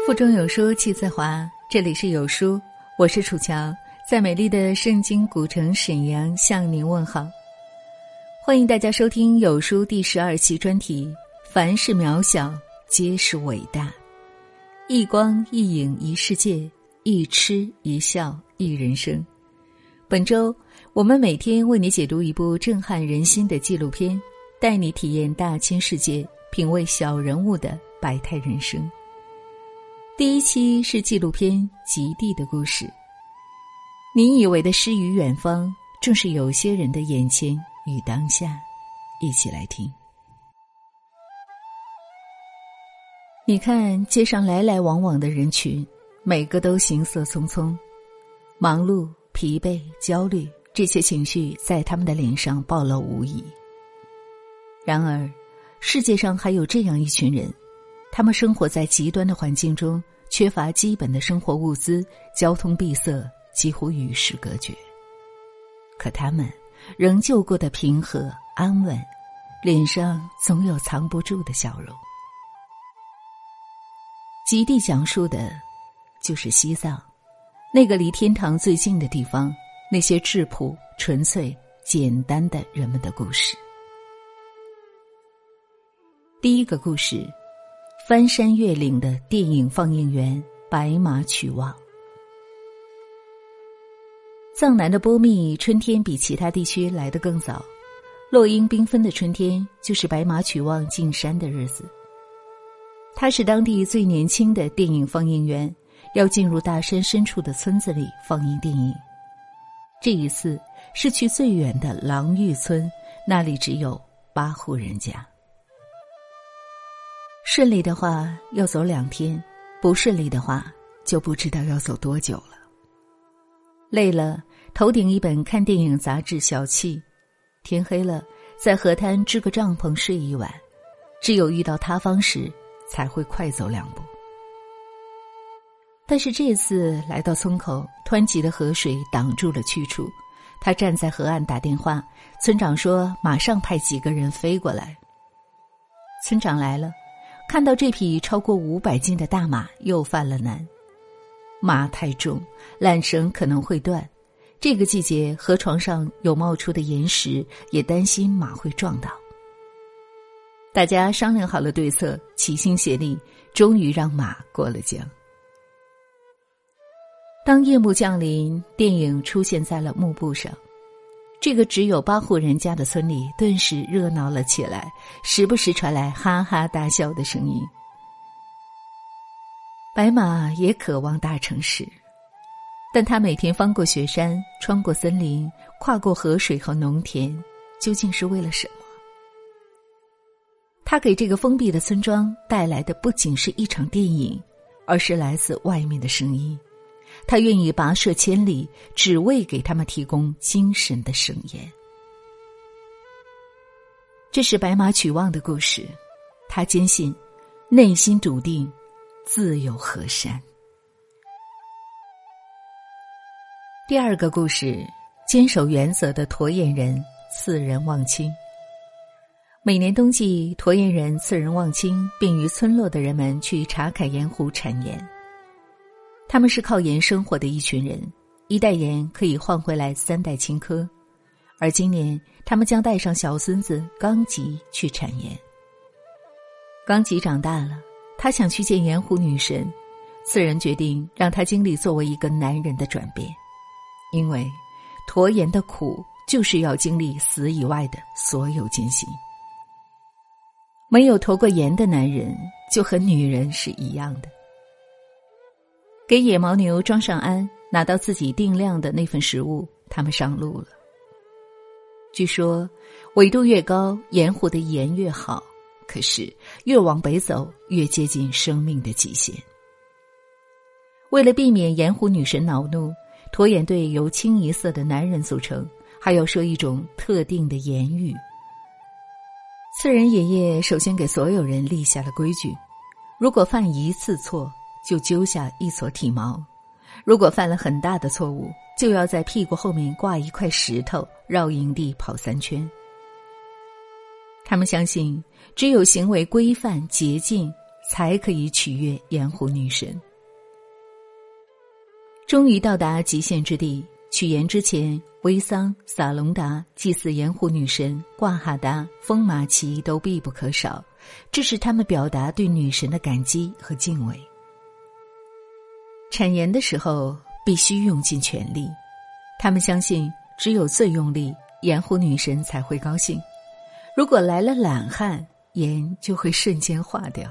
腹中有书气自华，这里是有书，我是楚乔，在美丽的圣经古城沈阳向您问好。欢迎大家收听有书第12期专题，凡是渺小皆是伟大，一光一影一世界，一吃一笑一人生。本周我们每天为你解读一部震撼人心的纪录片，带你体验大千世界，品味小人物的百态人生。第一期是纪录片《极地的故事》。你以为的诗与远方，正是有些人的眼前与当下。一起来听。你看街上来来往往的人群，每个都行色匆匆，忙碌、疲惫、焦虑，这些情绪在他们的脸上暴露无遗。然而，世界上还有这样一群人，他们生活在极端的环境中，缺乏基本的生活物资，交通闭塞，几乎与世隔绝。可他们仍旧过得平和安稳，脸上总有藏不住的笑容。极地讲述的就是西藏，那个离天堂最近的地方，那些质朴、纯粹、简单的人们的故事。第一个故事，翻山越岭的电影放映员白马曲望。藏南的波密春天比其他地区来得更早，落英缤纷的春天就是白马曲望进山的日子。他是当地最年轻的电影放映员，要进入大山深处的村子里放映电影。这一次是去最远的狼峪村，那里只有8户人家。顺利的话要走2天，不顺利的话就不知道要走多久了。累了，头顶一本看电影杂志小憩，天黑了，在河滩支个帐篷睡一晚，只有遇到塌方时才会快走2步。但是这次来到村口，湍急的河水挡住了去处，他站在河岸打电话，村长说马上派几个人飞过来。村长来了，看到这匹超过500斤的大马，又犯了难。马太重，缆绳可能会断，这个季节河床上有冒出的岩石，也担心马会撞到。大家商量好了对策，齐心协力，终于让马过了江。当夜幕降临，电影出现在了幕布上，这个只有8户人家的村里顿时热闹了起来，时不时传来哈哈大笑的声音。白马也渴望大城市，但他每天翻过雪山，穿过森林，跨过河水和农田，究竟是为了什么？他给这个封闭的村庄带来的不仅是一场电影，而是来自外面的声音。他愿意跋涉千里，只为给他们提供精神的盛宴。这是白马曲望的故事，他坚信，内心笃定，自有河山。第二个故事，坚守原则的驼岩人刺人望清。每年冬季，驼岩人刺人望清便于村落的人们去查砍盐湖产盐。他们是靠盐生活的一群人，一袋盐可以换回来3袋青稞。而今年他们将带上小孙子刚吉去产盐。刚吉长大了，他想去见盐湖女神，刺人决定让他经历作为一个男人的转变，因为驼盐的苦就是要经历死以外的所有艰辛。没有驼过盐的男人就和女人是一样的。给野牦牛装上鞍，拿到自己定量的那份食物，他们上路了。据说纬度越高，盐湖的盐越好，可是越往北走，越接近生命的极限。为了避免盐湖女神恼怒，驼岩队由清一色的男人组成，还要说一种特定的言语。刺人爷爷首先给所有人立下了规矩，如果犯1次错，就揪下1撮体毛，如果犯了很大的错误，就要在屁股后面挂一块石头，绕营地跑3圈。他们相信，只有行为规范洁净， 才可以取悦盐湖女神。终于到达极限之地，取盐之前，维桑、萨隆达祭祀盐湖女神，挂哈达、风马旗都必不可少，这是他们表达对女神的感激和敬畏。产盐的时候必须用尽全力，他们相信只有最用力，盐湖女神才会高兴。如果来了懒汉，盐就会瞬间化掉。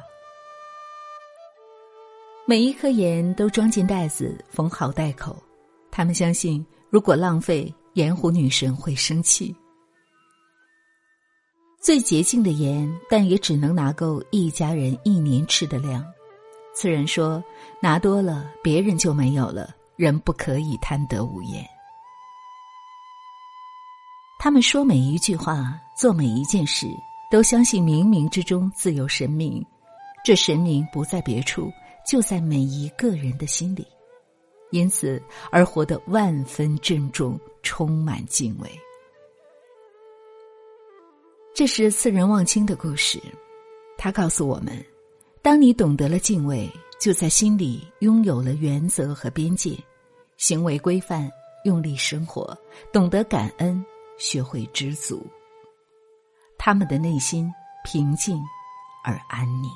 每一颗盐都装进袋子，缝好袋口。他们相信，如果浪费，盐湖女神会生气。最洁净的盐，但也只能拿够一家人1年吃的量。此人说，拿多了，别人就没有了，人不可以贪得无厌。他们说每一句话，做每一件事，都相信冥冥之中自有神明，这神明不在别处，就在每一个人的心里，因此而活得万分郑重，充满敬畏。这是次仁望清的故事，他告诉我们，当你懂得了敬畏，就在心里拥有了原则和边界，行为规范，用力生活，懂得感恩，学会知足。他们的内心平静而安宁。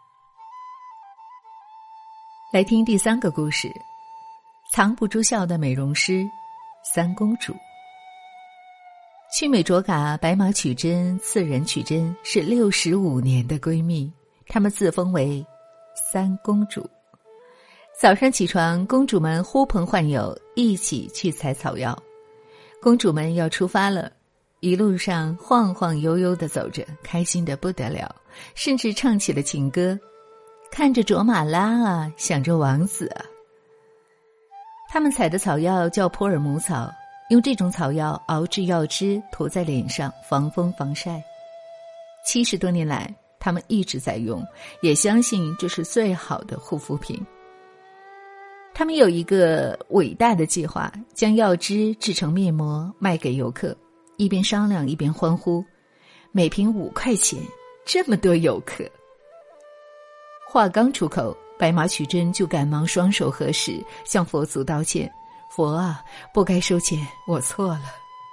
来听第3个故事，藏不住笑的美容师三公主。曲美卓嘎、白马曲珍、次仁曲珍是65年的闺蜜，她们自封为三公主。早上起床，公主们呼朋唤友，一起去采草药。公主们要出发了，一路上晃晃悠悠地走着，开心得不得了，甚至唱起了情歌，看着卓玛拉啊，想着王子啊。他们采的草药叫普尔姆草，用这种草药熬制药汁，涂在脸上，防风防晒。70多年来，他们一直在用，也相信这是最好的护肤品。他们有一个伟大的计划，将药汁制成面膜卖给游客，一边商量一边欢呼，每瓶5块钱，这么多游客。话刚出口，白马曲珍就赶忙双手合十，向佛祖道歉，佛啊，不该收钱，我错了。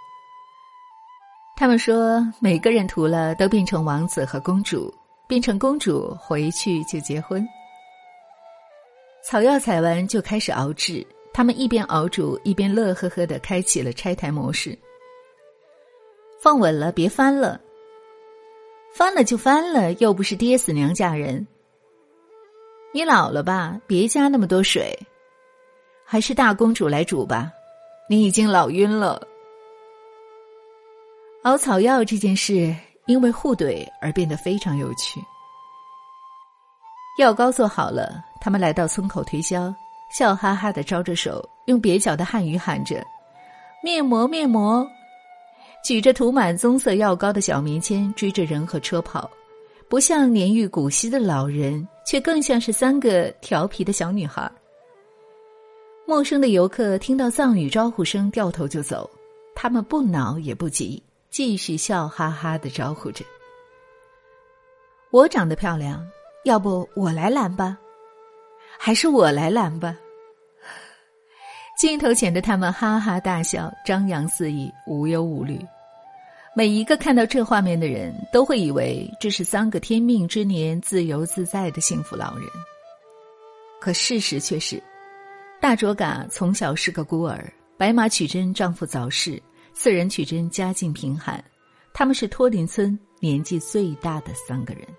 他们说，每个人涂了都变成王子和公主，变成公主回去就结婚。草药采完就开始熬制，他们一边熬煮一边乐呵呵地开启了拆台模式。放稳了，别翻了。翻了就翻了，又不是爹死娘嫁人。你老了吧，别加那么多水。还是大公主来煮吧，你已经老晕了。熬草药这件事因为互怼而变得非常有趣。药膏做好了，他们来到村口推销，笑哈哈地招着手，用蹩脚的汉语喊着面膜面膜，举着涂满棕色药膏的小棉签追着人和车跑，不像年逾古稀的老人，却更像是3个调皮的小女孩。陌生的游客听到藏语招呼声掉头就走，他们不恼也不急，继续笑哈哈地招呼着。我长得漂亮，要不我来拦吧？还是我来拦吧？镜头前的他们哈哈大笑，张扬肆意，无忧无虑。每一个看到这画面的人都会以为这是3个天命之年自由自在的幸福老人。可事实却是，大卓嘎从小是个孤儿，白马曲珍丈夫早逝，次仁曲珍家境贫寒，他们是托林村年纪最大的3个人。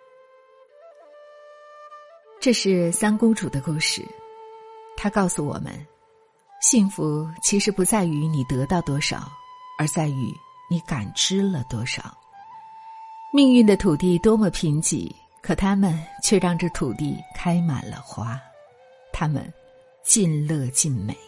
这是三公主的故事，她告诉我们，幸福其实不在于你得到多少，而在于你感知了多少。命运的土地多么贫瘠，可他们却让这土地开满了花，他们尽乐尽美。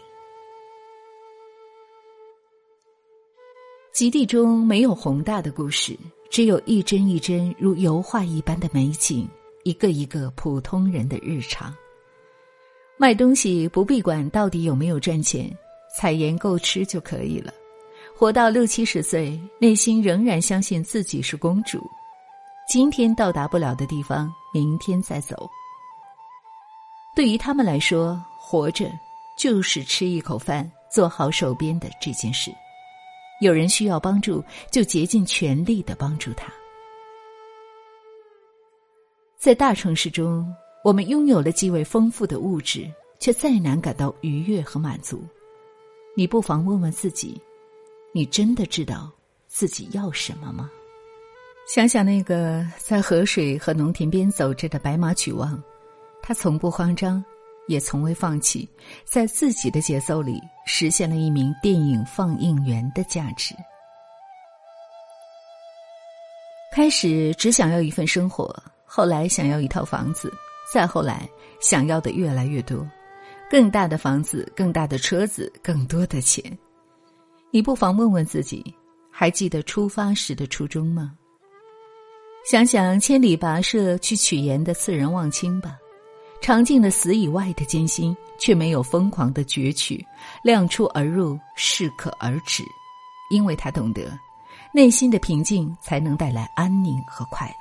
极地中没有宏大的故事，只有一帧一帧如油画一般的美景，一个一个普通人的日常。卖东西不必管到底有没有赚钱，采盐够吃就可以了。活到60、70岁，内心仍然相信自己是公主。今天到达不了的地方， 明天再走。对于他们来说，活着就是吃一口饭，做好手边的这件事。有人需要帮助，就竭尽全力地帮助他。在大城市中，我们拥有了极为丰富的物质，却再难感到愉悦和满足。你不妨问问自己，你真的知道自己要什么吗？想想那个在河水和农田边走着的白马曲望，他从不慌张，也从未放弃，在自己的节奏里实现了一名电影放映员的价值。开始只想要一份生活，后来想要一套房子，再后来想要的越来越多，更大的房子，更大的车子，更多的钱。你不妨问问自己，还记得出发时的初衷吗？想想千里跋涉去取盐的刺人忘亲吧，尝尽了死以外的艰辛，却没有疯狂的攫取，量出而入，适可而止，因为他懂得，内心的平静才能带来安宁和快乐。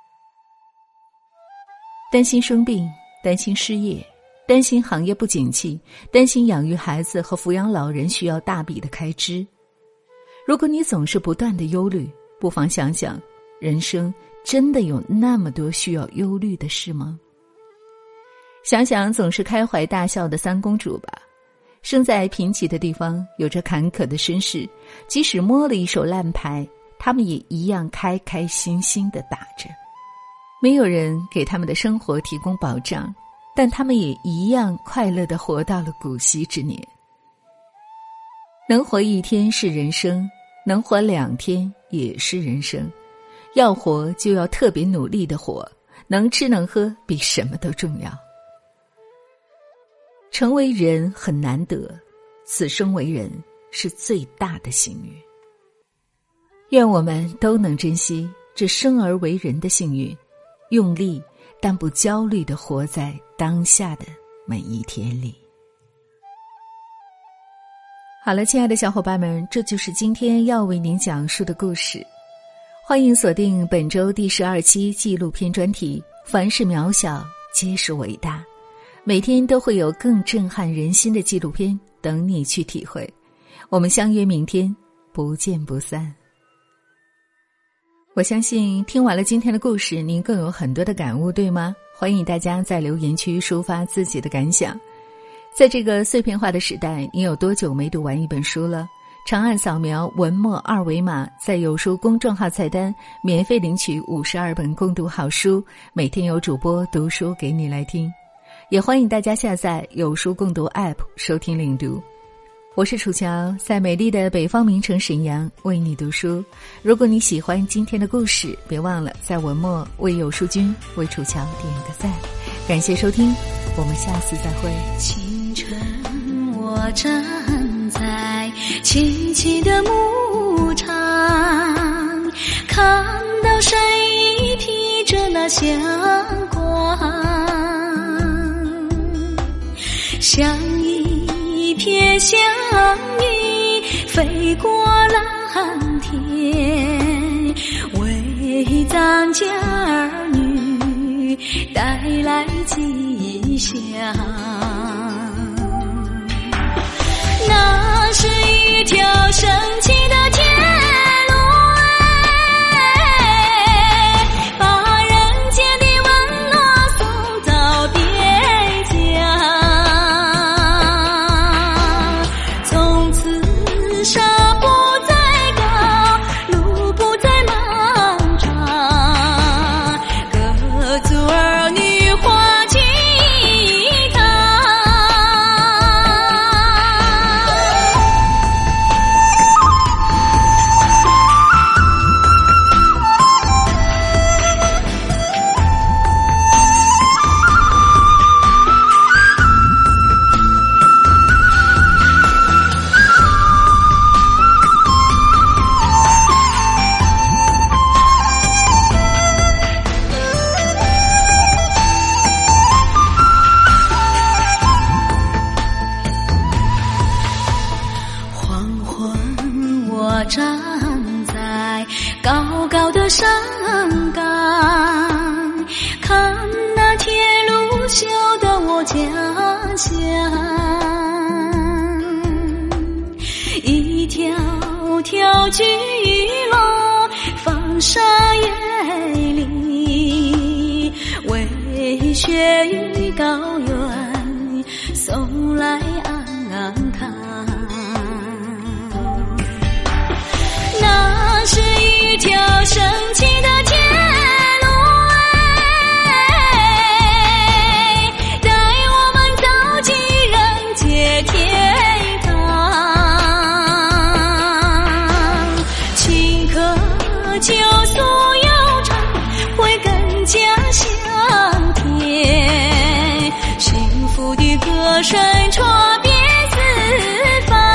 担心生病，担心失业，担心行业不景气，担心养育孩子和抚养老人需要大笔的开支。如果你总是不断的忧虑，不妨想想，人生真的有那么多需要忧虑的事吗？想想总是开怀大笑的三公主吧，生在贫瘠的地方，有着坎坷的身世，即使摸了一手烂牌，他们也一样开开心心地打着。没有人给他们的生活提供保障，但他们也一样快乐地活到了古稀之年。能活一天是人生，能活2天也是人生。要活就要特别努力地活，能吃能喝比什么都重要。成为人很难得，此生为人是最大的幸运。愿我们都能珍惜这生而为人的幸运，用力但不焦虑地活在当下的每一天里。好了，亲爱的小伙伴们，这就是今天要为您讲述的故事。欢迎锁定本周第12期纪录片专题，凡是渺小皆是伟大。每天都会有更震撼人心的纪录片等你去体会。我们相约明天，不见不散。我相信听完了今天的故事，您更有很多的感悟，对吗？欢迎大家在留言区抒发自己的感想。在这个碎片化的时代，你有多久没读完一本书了？长按扫描文末2维码，在有书公众号菜单免费领取52本共读好书，每天有主播读书给你来听。也欢迎大家下载有书共读 App 收听领读。我是楚乔，在美丽的北方名城沈阳为你读书。如果你喜欢今天的故事，别忘了在文末为有书君为楚乔点个赞。感谢收听，我们下次再会。 清晨我站在清晰的牧场，看到谁披着那霞光，像一片祥云飞过蓝天，为咱家儿女带来吉祥。那是一条神奇的天路，把人间的温暖送到边疆。从此山不再高，路不再漫长，各族儿女欢聚一堂。我站在高高的山岗， 看那铁路修到我家乡，一条条巨龙放沙野里，为雪与高原送来安康。那是一条神奇的铁路，带我们走进人间天堂。顷刻就速悠长，会更加香甜，幸福的歌声传遍四方。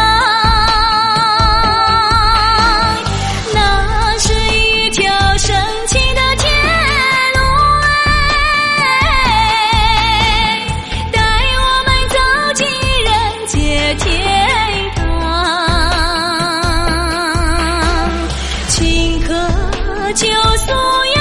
就速